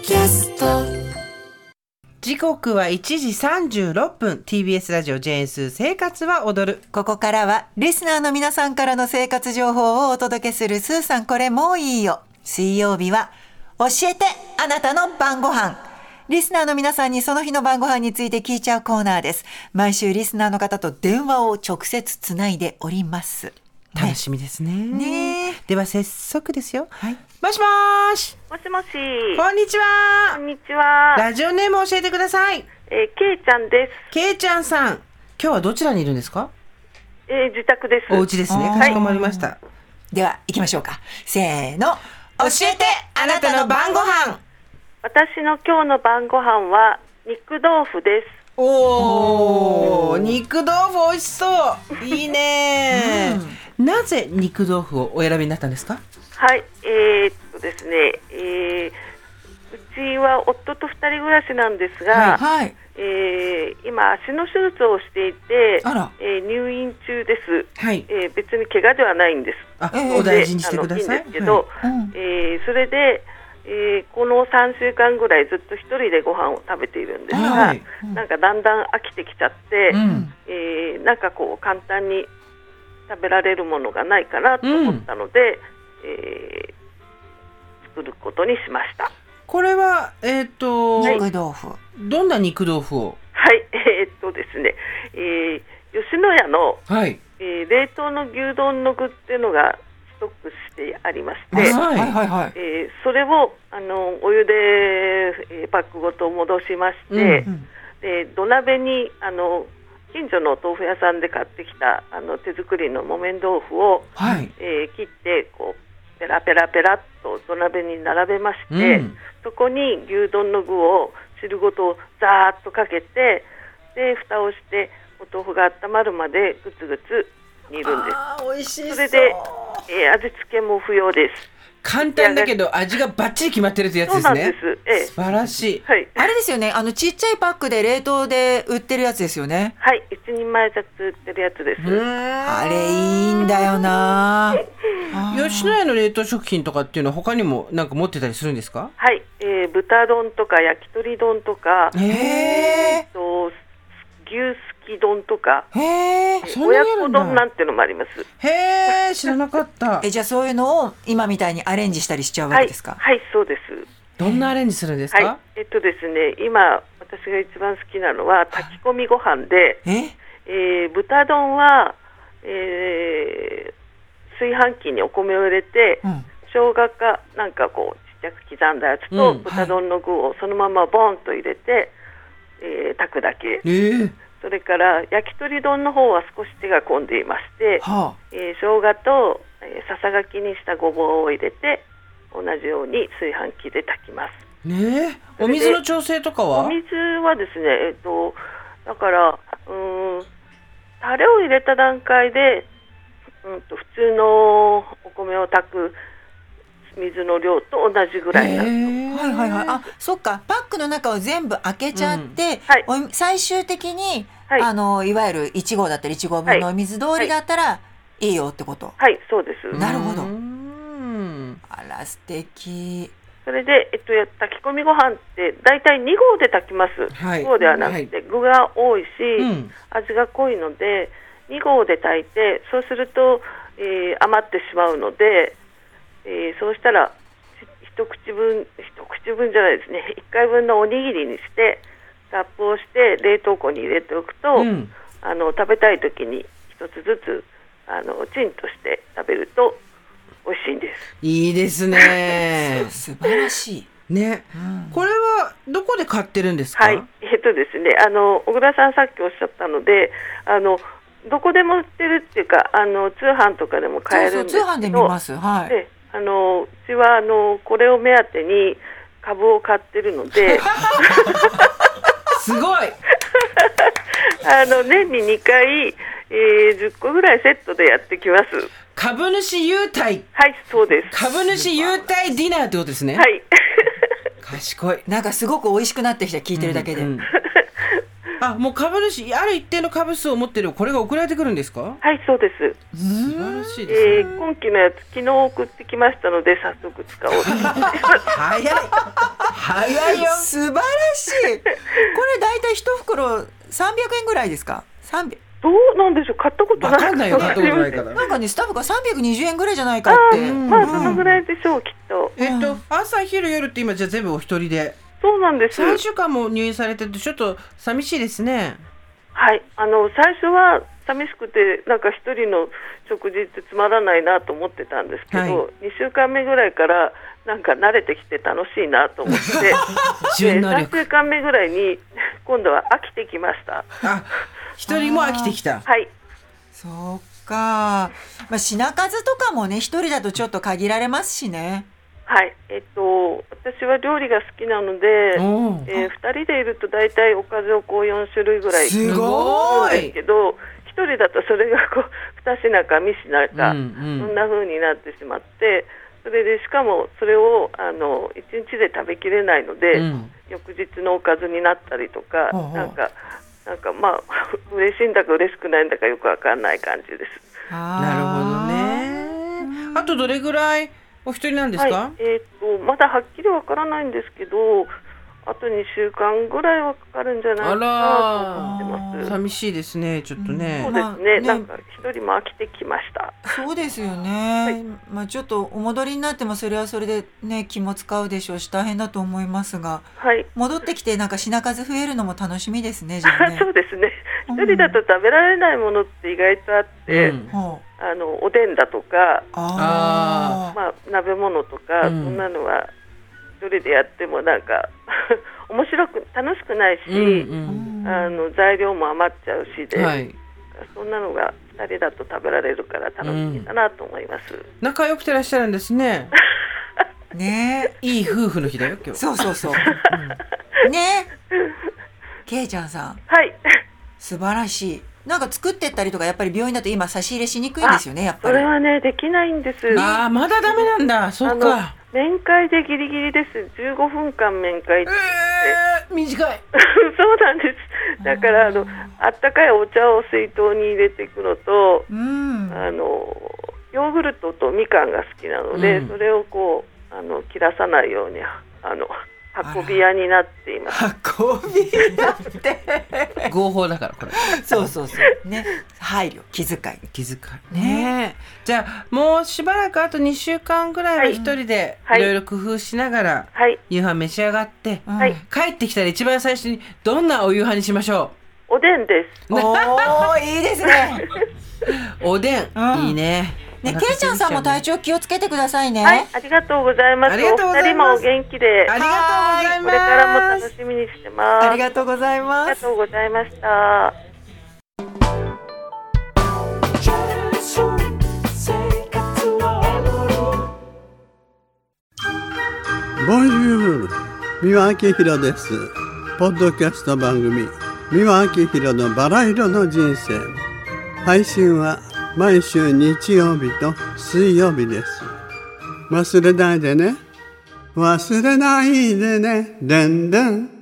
キャスト。 時刻は1時36分 TBS ラジオ JS 生活は踊る。 ここからはリスナーの皆さんからの生活情報をお届けするスーさんこれもういいよ。水曜日は教えてあなたの晩ご飯。リスナーの皆さんにその日の晩ご飯について聞いちゃうコーナーです。毎週リスナーの方と電話を直接つないでおります。 楽しみですね。では早速ですよ。 はい。 もしもーし。 もしもし。 こんにちは。 こんにちは。 ラジオネーム教えてください。 けいちゃんです。 けいちゃんさん、今日はどちらにいるんですか？ 自宅です。 お家ですね。かしこまりました。 では行きましょうか。せーの。 教えてあなたの晩ご飯。 私の今日の晩ご飯は肉豆腐です。 おー、肉豆腐美味しそう。いいね、なぜ肉豆腐をお選びになったんですか？ はい。ですね、うちは夫と2人暮らしなんですが、 はい。 今足の手術をしていて、 あら入院中です。 はい。 別に怪我ではないんです。 お大事にしてください。 いいんですけど、 はいそれで、この3週間ぐらいずっと一人でご飯を食べているんですが、 はい、 なんかだんだん飽きてきちゃって、なんかこう簡単に食べられるものがないかなと思ったので、作ることにしました。 これは肉豆腐。 どんな肉豆腐を？ はい、ですね、吉野家の、 はい、 冷凍の牛丼の具っていうのがストックしてありまして、それをお湯で、パックごと戻しまして、で土鍋に近所のお豆腐屋さんで買ってきた手作りの木綿豆腐を、切ってこうペラペラペラっと土鍋に並べまして、そこに牛丼の具を汁ごとザーッとかけて、で蓋をしてお豆腐が温まるまでグツグツ煮るんです。 美味しそう。 それで、味付けも不要です。 簡単だけど味がバッチリ決まってるってやつですね。 そうなんです。 素晴らしい。 はい。 あれですよね。ちっちゃいパックで冷凍で売ってるやつですよね。 はい。一人前ずつ売ってるやつです。 あれいいんだよな。 吉野家の冷凍食品とかっていうのは他にもなんか持ってたりするんですか？ はい。豚丼とか焼き鳥丼とか、牛すき丼とか、親子丼なんていうのもあります。 へー、知らなかった。 じゃあそういうのを今みたいにアレンジしたりしちゃうわけですか？ はい、そうです。 どんなアレンジするんですか？ はい。ですね、今私が一番好きなのは炊き込みご飯で、豚丼は、炊飯器にお米を入れて、生姜かなんかこうちっちゃく刻んだやつと、豚丼の具をそのままボンと入れて、炊くだけ。それから焼き鳥丼の方は少し手が込んでいまして、生姜と、ささがきにしたごぼうを入れて同じように炊飯器で炊きます。 お水の調整とかは？ お水はですね、だからタレを入れた段階で、普通のお米を炊く水の量と同じぐらいになる。 あ、そっか。パックの中を全部開けちゃって、最終的に、いわゆる1合だったら1合分のお水通りだったらいいよってこと。 はい、そうです。 なるほど。あら素敵。 それで、炊き込みご飯ってだいたい2合で炊きます。1合ではなくて、具が多いし、味が濃いので2合で炊いて、そうすると、余ってしまうので、そうしたら一口分じゃないですね、1回分のおにぎりにしてラップをして冷凍庫に入れておくと、食べたい時に一つずつチンとして食べると美味しいんです。 いいですね。 素晴らしいね。これはどこで買ってるんですか？ はい、ですね、小倉さんさっきおっしゃったので、どこでも売ってるっていうか、通販とかでも買えるんですけど、 通販で見ます。はい。 でうちはこれを目当てに株を買ってるのですごい年に2回、10個ぐらいセットでやってきます。 株主優待。 はい、そうです。 株主優待ディナーってことですね。 はい。 賢い。 なんかすごく美味しくなってきた、聞いてるだけで。 もう株主、ある一定の株数を持ってる、これが送られてくるんですか？ はい、そうです。 素晴らしいですね。 今期のやつ昨日送ってきましたので、早速使おうと思ってます。 早いよ。 素晴らしい。これだいたい一袋300円ぐらいですか？300。 どうなんでしょう、買ったことない。 わかんないよ、買ったことないから。 なんかね、スタッフが320円ぐらいじゃないかって。 まあそのぐらいでしょう、きっと。 朝昼夜って今じゃあ全部お一人で。 そうなんです。 3週間も入院されててちょっと寂しいですね。 はい、最初は寂しくて、なんか一人の食事ってつまらないなと思ってたんですけど、2週間目ぐらいからなんか慣れてきて楽しいなと思って3週間目ぐらいに今度は飽きてきました。 一人も飽きてきた。 はい。 そうか、品数とかもね、一人だとちょっと限られますしね。 はい、私は料理が好きなので、2人でいると大体おかずをこう4種類ぐらいすごいですけど、1人だとそれがこう2品か3品か、そんな風になってしまって、それでしかもそれを1日で食べきれないので、翌日のおかずになったりとか、なんかまあ嬉しいんだか嬉しくないんだかよくわかんない感じです。 なるほどね。あとどれぐらいお一人なんですか？ まだはっきりわからないんですけど、あと2週間ぐらいはかかるんじゃないかなと思ってます。 寂しいですね、ちょっとね。 そうですね、なんか一人も飽きてきました。 そうですよね。ちょっとお戻りになってもそれはそれでね、気も使うでしょうし大変だと思いますが、戻ってきてなんか品数増えるのも楽しみですね、じゃあね。 そうですね。一人だと食べられないものって意外とあって、おでんだとか、鍋物とか、そんなのは一人でやってもなんか面白く楽しくないし、材料も余っちゃうしで、そんなのが2人だと食べられるから楽しみだなと思います。 仲良くてらっしゃるんですね。 ね、 いい夫婦の日だよ今日。 そうね。けいちゃんさん、素晴らしい。なんか作ってったりとか、やっぱり病院だと今差し入れしにくいんですよね、やっぱり。 それはね、できないんです。 まだダメなんだ。そっか。 面会でギリギリです。15分間面会って。 短い。 そうなんです。だからあったかいお茶を水筒に入れていくのと、ヨーグルトとみかんが好きなので、それをこう切らさないように運び屋になっています。 運び屋って合法だからこれ。 そうね。配慮、気遣いね。じゃあもうしばらくあと2週間ぐらいは一人でいろいろ工夫しながら夕飯召し上がって、帰ってきたら一番最初にどんなお夕飯にしましょう？おでんです。 いいですね。 おでん、いいね。 けいちゃんさんも体調気をつけてくださいね。 ありがとうございます。お二人もお元気で。 ありがとうございます。 これからも楽しみにしてます。 ありがとうございます。 ありがとうございました。 ボンジュール、三輪明宏です。ポッドキャスト番組三輪明宏のバラ色の人生、配信は毎週日曜日と水曜日です。忘れないでね。忘れないでね。でんでん。